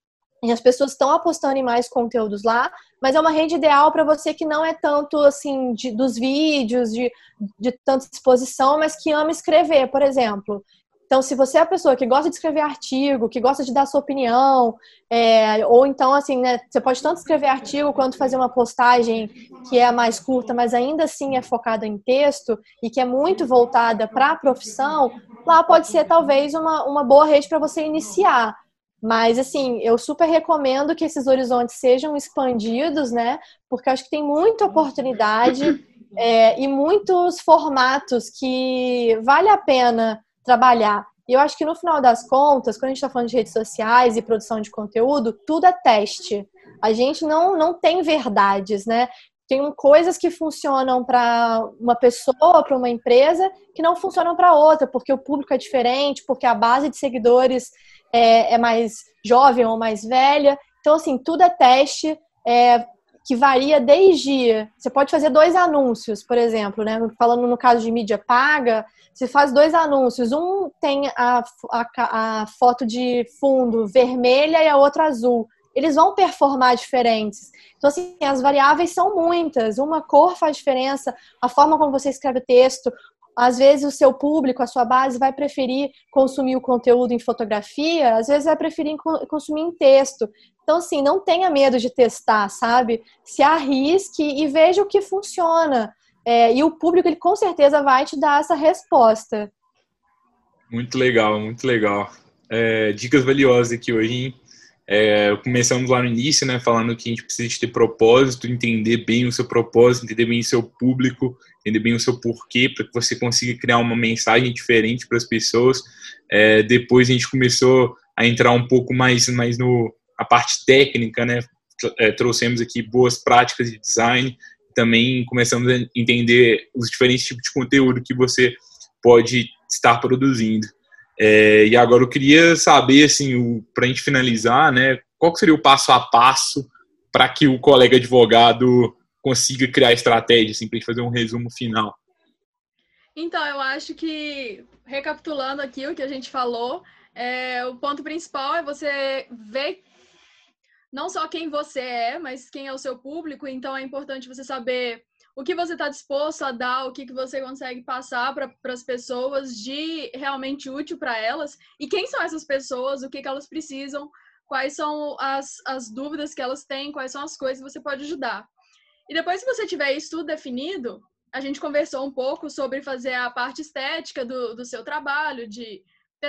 e as pessoas estão apostando em mais conteúdos lá, mas é uma rede ideal para você que não é tanto assim de, dos vídeos, de, de tanta exposição, mas que ama escrever, por exemplo. Então, se você é a pessoa que gosta de escrever artigo, que gosta de dar sua opinião, é, ou então, assim, né, você pode tanto escrever artigo quanto fazer uma postagem que é mais curta, mas ainda assim é focada em texto e que é muito voltada para a profissão, lá pode ser talvez uma, uma boa rede para você iniciar. Mas, assim, eu super recomendo que esses horizontes sejam expandidos, né, porque eu acho que tem muita oportunidade é, e muitos formatos que vale a pena trabalhar. E eu acho que no final das contas, quando a gente está falando de redes sociais e produção de conteúdo, tudo é teste. A gente não, não tem verdades, né? Tem coisas que funcionam para uma pessoa, para uma empresa, que não funcionam para outra, porque o público é diferente, porque a base de seguidores é, é mais jovem ou mais velha. Então, assim, tudo é teste, é, que varia desde... Você pode fazer dois anúncios, por exemplo, né? Falando no caso de mídia paga, você faz dois anúncios. Um tem a, a, a foto de fundo vermelha e a outra azul. Eles vão performar diferentes. Então, assim, as variáveis são muitas. Uma cor faz diferença, a forma como você escreve o texto. Às vezes o seu público, a sua base, vai preferir consumir o conteúdo em fotografia, às vezes vai preferir consumir em texto. Então, assim, não tenha medo de testar, sabe? Se arrisque e veja o que funciona. É, e o público, ele com certeza vai te dar essa resposta. Muito legal, muito legal. É, dicas valiosas aqui hoje, hein? É, começamos lá no início, né, falando que a gente precisa de ter propósito, entender bem o seu propósito, entender bem o seu público, entender bem o seu porquê, para que você consiga criar uma mensagem diferente para as pessoas. É, depois a gente começou a entrar um pouco mais, mais no a parte técnica, né? É, trouxemos aqui boas práticas de design, também começamos a entender os diferentes tipos de conteúdo que você pode estar produzindo. É, e agora eu queria saber, assim, para a gente finalizar, né, qual seria o passo a passo para que o colega advogado consiga criar estratégia, assim, para a gente fazer um resumo final. Então, eu acho que, recapitulando aqui o que a gente falou, é, o ponto principal é você ver não só quem você é, mas quem é o seu público. Então, é importante você saber o que você está disposto a dar, o que, que você consegue passar para as pessoas de realmente útil para elas, e quem são essas pessoas, o que, que elas precisam, quais são as, as dúvidas que elas têm, quais são as coisas que você pode ajudar. E depois que você tiver isso tudo definido, a gente conversou um pouco sobre fazer a parte estética do, do seu trabalho, de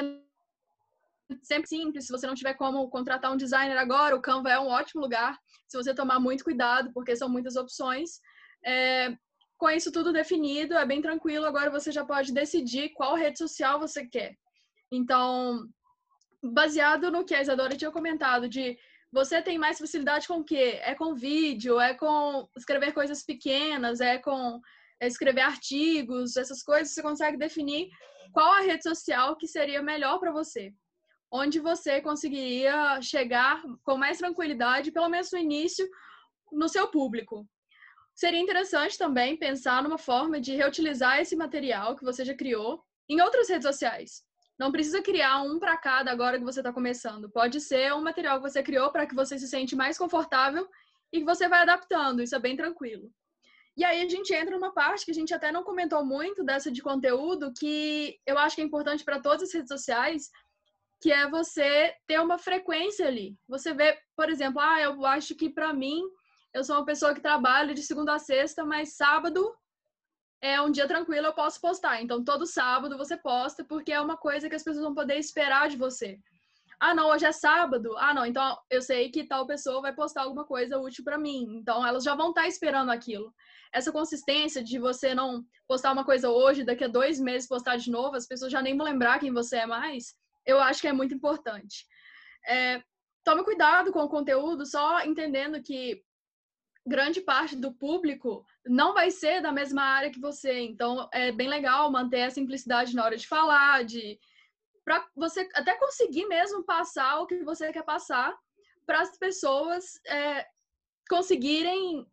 sempre simples. Se você não tiver como contratar um designer agora, o Canva é um ótimo lugar, se você tomar muito cuidado, porque são muitas opções. É, com isso tudo definido, é bem tranquilo. Agora você já pode decidir qual rede social você quer. Então, baseado no que a Isadora tinha comentado, de você tem mais facilidade com o quê? É com vídeo, é com escrever coisas pequenas, é com escrever artigos, essas coisas. Você consegue definir qual a rede social que seria melhor para você, onde você conseguiria chegar com mais tranquilidade, pelo menos no início, no seu público. Seria interessante também pensar numa forma de reutilizar esse material que você já criou em outras redes sociais. Não precisa criar um para cada agora que você está começando. Pode ser um material que você criou para que você se sente mais confortável e que você vai adaptando. Isso é bem tranquilo. E aí a gente entra numa parte que a gente até não comentou muito dessa de conteúdo, que eu acho que é importante para todas as redes sociais, que é você ter uma frequência ali. Você vê, por exemplo, ah, eu acho que para mim, eu sou uma pessoa que trabalha de segunda a sexta, mas sábado é um dia tranquilo, eu posso postar. Então, todo sábado você posta, porque é uma coisa que as pessoas vão poder esperar de você. Ah, não, hoje é sábado. Ah, não, então eu sei que tal pessoa vai postar alguma coisa útil para mim. Então, elas já vão estar esperando aquilo. Essa consistência de você não postar uma coisa hoje, daqui a dois meses postar de novo, as pessoas já nem vão lembrar quem você é mais, eu acho que é muito importante. É, tome cuidado com o conteúdo, só entendendo que grande parte do público não vai ser da mesma área que você. Então, é bem legal manter a simplicidade na hora de falar, de para você até conseguir mesmo passar o que você quer passar para as pessoas é, conseguirem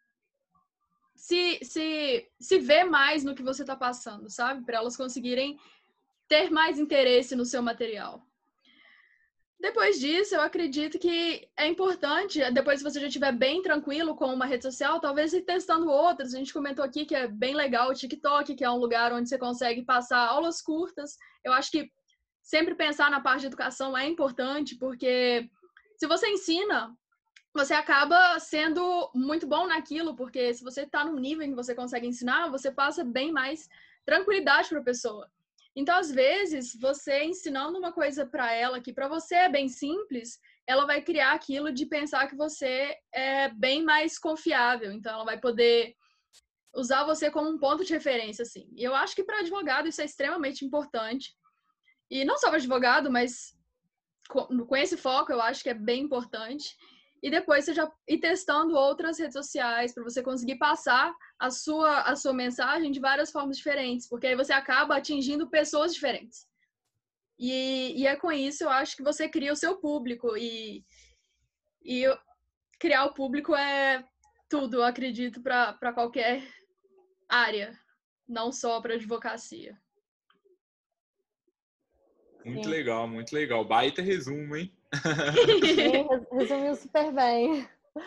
se, se, se ver mais no que você está passando, sabe? Para elas conseguirem ter mais interesse no seu material. Depois disso, eu acredito que é importante, depois que você já estiver bem tranquilo com uma rede social, talvez ir testando outras. A gente comentou aqui que é bem legal o TikTok, que é um lugar onde você consegue passar aulas curtas. Eu acho que sempre pensar na parte de educação é importante, porque se você ensina, você acaba sendo muito bom naquilo, porque se você está num nível em que você consegue ensinar, você passa bem mais tranquilidade para a pessoa. Então, às vezes, você ensinando uma coisa para ela que para você é bem simples, ela vai criar aquilo de pensar que você é bem mais confiável. Então, ela vai poder usar você como um ponto de referência, assim. E eu acho que para advogado isso é extremamente importante. E não só para advogado, mas com esse foco eu acho que é bem importante. E depois você já ir testando outras redes sociais para você conseguir passar a sua, a sua mensagem de várias formas diferentes, porque aí você acaba atingindo pessoas diferentes. E, e é com isso, eu acho que você cria o seu público. E, e criar o público é tudo, eu acredito, para qualquer área, não só para advocacia. Muito Sim. legal, muito legal. Baita resumo, hein? Sim, resumiu super bem.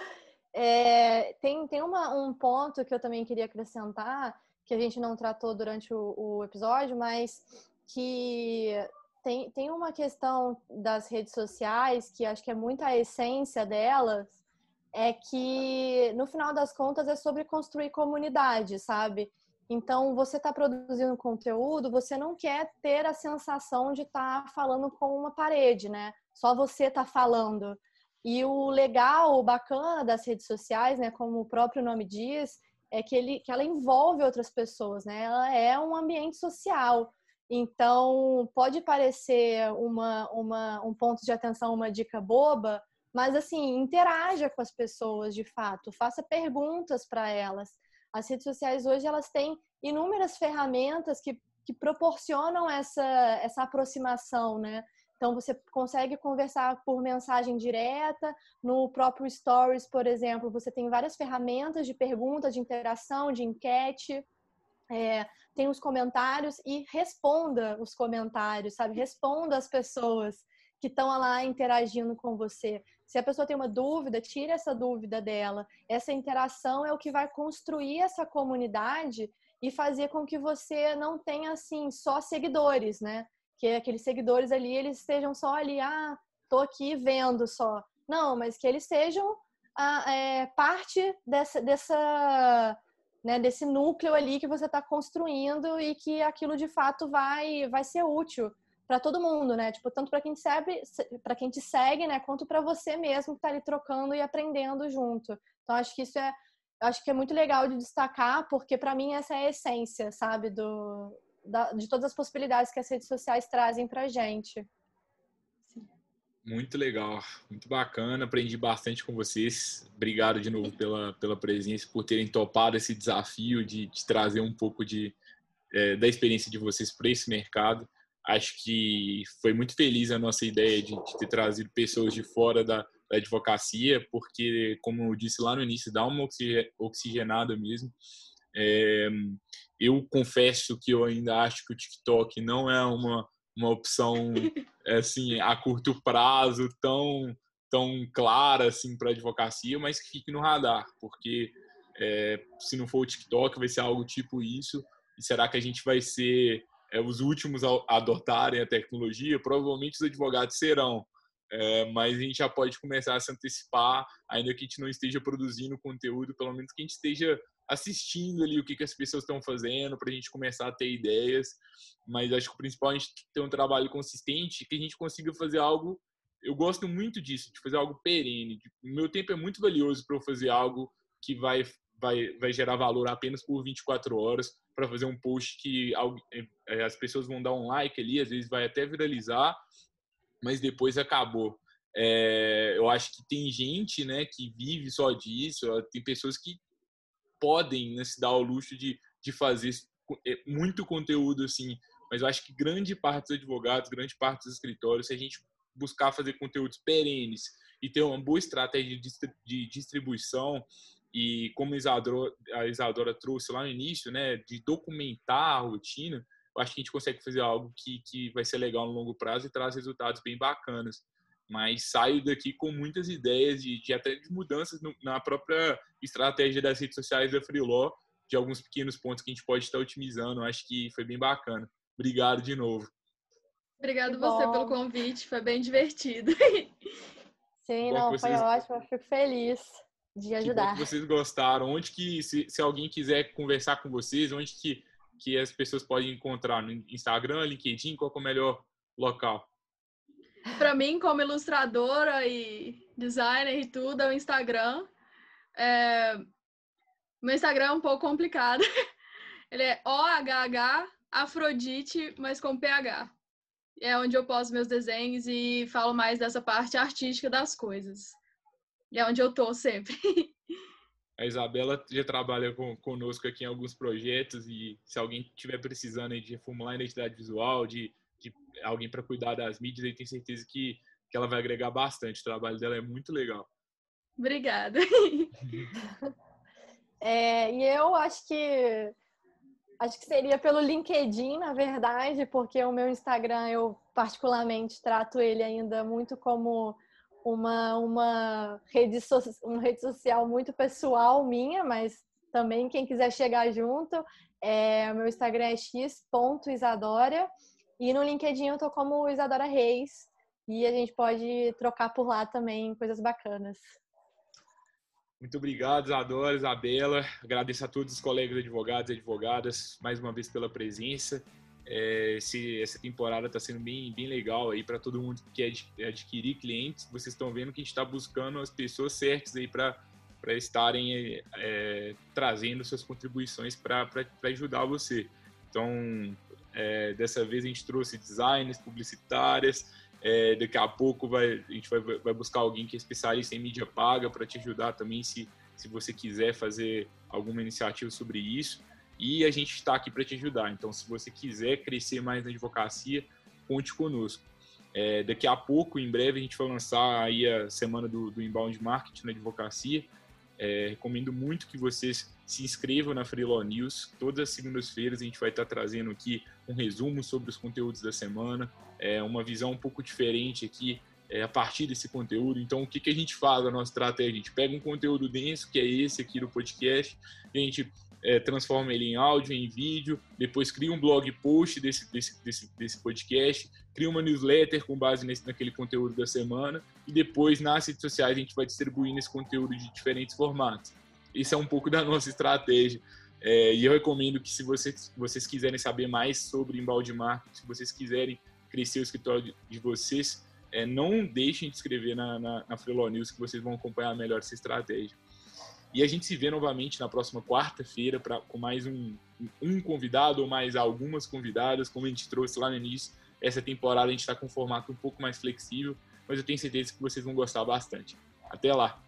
É, tem tem uma, um ponto que eu também queria acrescentar, que a gente não tratou durante o, o episódio, mas que tem, tem uma questão das redes sociais, que acho que é muito a essência delas, é que, no final das contas, é sobre construir comunidade, sabe? Então, você está produzindo conteúdo, você não quer ter a sensação de estar tá falando com uma parede, né? Só você está falando. E o legal, o bacana das redes sociais, né, como o próprio nome diz, é que, ele, que ela envolve outras pessoas, né? Ela é um ambiente social. Então, pode parecer uma, uma, um ponto de atenção, uma dica boba, mas, assim, interaja com as pessoas, de fato. Faça perguntas para elas. As redes sociais hoje, elas têm inúmeras ferramentas que, que proporcionam essa, essa aproximação, né? Então, você consegue conversar por mensagem direta. No próprio Stories, por exemplo, você tem várias ferramentas de pergunta, de interação, de enquete. É, tem os comentários e responda os comentários, sabe? Responda as pessoas que estão lá interagindo com você. Se a pessoa tem uma dúvida, tire essa dúvida dela. Essa interação é o que vai construir essa comunidade e fazer com que você não tenha, assim, só seguidores, né? Que aqueles seguidores ali, eles estejam só ali, ah, tô aqui vendo só. Não, mas que eles sejam ah, é, parte dessa, dessa, né, desse núcleo ali que você está construindo e que aquilo de fato vai, vai ser útil para todo mundo, né? Tipo, tanto para quem segue, para quem te segue, né, quanto para você mesmo que está ali trocando e aprendendo junto. Então, acho que isso é, acho que é muito legal de destacar, porque para mim essa é a essência, sabe, do Da, de todas as possibilidades que as redes sociais trazem pra gente. Muito legal, muito bacana, aprendi bastante com vocês. Obrigado de novo pela, pela presença, por terem topado esse desafio de, de trazer um pouco de, é, da experiência de vocês para esse mercado. Acho que foi muito feliz a nossa ideia de, de ter trazido pessoas de fora da, da advocacia, porque, como eu disse lá no início, dá uma oxigenada mesmo. É, eu confesso que eu ainda acho que o TikTok não é uma, uma opção assim, a curto prazo tão, tão clara assim, para a advocacia, mas que fique no radar, porque é, se não for o TikTok vai ser algo tipo isso, e será que a gente vai ser é, os últimos a adotarem a tecnologia, provavelmente os advogados serão. É, mas a gente já pode começar a se antecipar, ainda que a gente não esteja produzindo conteúdo, pelo menos que a gente esteja assistindo ali o que, que as pessoas estão fazendo, para a gente começar a ter ideias. Mas acho que o principal é a gente ter um trabalho consistente, que a gente consiga fazer algo. Eu gosto muito disso, de fazer algo perene. O meu tempo é muito valioso para eu fazer algo que vai, vai, vai gerar valor apenas por vinte e quatro horas, para fazer um post que as pessoas vão dar um like ali, às vezes vai até viralizar, mas depois acabou. É, eu acho que tem gente, né, que vive só disso, tem pessoas que podem, né, se dar ao luxo de, de fazer muito conteúdo, assim, mas eu acho que grande parte dos advogados, grande parte dos escritórios, se a gente buscar fazer conteúdos perenes e ter uma boa estratégia de distribuição, e como a Isadora, a Isadora trouxe lá no início, né, de documentar a rotina, eu acho que a gente consegue fazer algo que, que vai ser legal no longo prazo e traz resultados bem bacanas. Mas saio daqui com muitas ideias de, de até de mudanças no, na própria estratégia das redes sociais da Freeló, de alguns pequenos pontos que a gente pode estar otimizando. Eu acho que foi bem bacana. Obrigado de novo. Obrigado você pelo convite, foi bem divertido. Sim, não, vocês... foi ótimo, eu fico feliz de ajudar. Que bom que vocês gostaram. Onde que, se, se alguém quiser conversar com vocês, onde que que as pessoas podem encontrar? No Instagram, LinkedIn, qual é o melhor local? Para mim, como ilustradora e designer e tudo, é o Instagram. É... Meu Instagram é um pouco complicado. Ele é O H H Afrodite, mas com P H. É onde eu posto meus desenhos e falo mais dessa parte artística das coisas. E é onde eu tô sempre. A Isabela já trabalha com, conosco aqui em alguns projetos, e se alguém estiver precisando de reformular a identidade visual, de, de alguém para cuidar das mídias, eu tenho certeza que, que ela vai agregar bastante. O trabalho dela é muito legal. Obrigada. É, e eu acho que acho que seria pelo LinkedIn, na verdade, porque o meu Instagram, eu particularmente trato ele ainda muito como uma, uma, rede, so, uma rede social muito pessoal minha, mas também quem quiser chegar junto, é, meu Instagram é x ponto isadora, e no LinkedIn eu tô como Isadora Reis, e a gente pode trocar por lá também coisas bacanas. Muito obrigado, Isadora, Isabela. Agradeço a todos os colegas advogados e advogadas mais uma vez pela presença. É, esse, essa temporada está sendo bem, bem legal aí para todo mundo que quer adquirir clientes. Vocês estão vendo que a gente está buscando as pessoas certas aí para para estarem é, trazendo suas contribuições para ajudar você. Então, é, dessa vez a gente trouxe designers, publicitárias. É, daqui a pouco vai, a gente vai, vai buscar alguém que é especialista em mídia paga para te ajudar também, se, se você quiser fazer alguma iniciativa sobre isso. E a gente está aqui para te ajudar. Então, se você quiser crescer mais na advocacia, conte conosco. É, daqui a pouco, em breve, a gente vai lançar aí a semana do, do Inbound Marketing na advocacia. É, recomendo muito que vocês se inscrevam na Freeló News. Todas as segundas-feiras a gente vai estar trazendo aqui um resumo sobre os conteúdos da semana, é, uma visão um pouco diferente aqui é, a partir desse conteúdo. Então, o que, que a gente faz na nossa estratégia? A gente pega um conteúdo denso, que é esse aqui do podcast, e a gente é, transforma ele em áudio, em vídeo, depois cria um blog post desse, desse, desse, desse podcast, cria uma newsletter com base nesse, naquele conteúdo da semana, e depois nas redes sociais a gente vai distribuindo esse conteúdo de diferentes formatos. Isso é um pouco da nossa estratégia. É, e eu recomendo que, se vocês, vocês quiserem saber mais sobre inbound marketing, se vocês quiserem crescer o escritório de, de vocês, é, não deixem de escrever na, na, na Freeló News, que vocês vão acompanhar melhor essa estratégia. E a gente se vê novamente na próxima quarta-feira pra, com mais um, um convidado ou mais algumas convidadas, como a gente trouxe lá no início. Essa temporada a gente está com um formato um pouco mais flexível, mas eu tenho certeza que vocês vão gostar bastante. Até lá!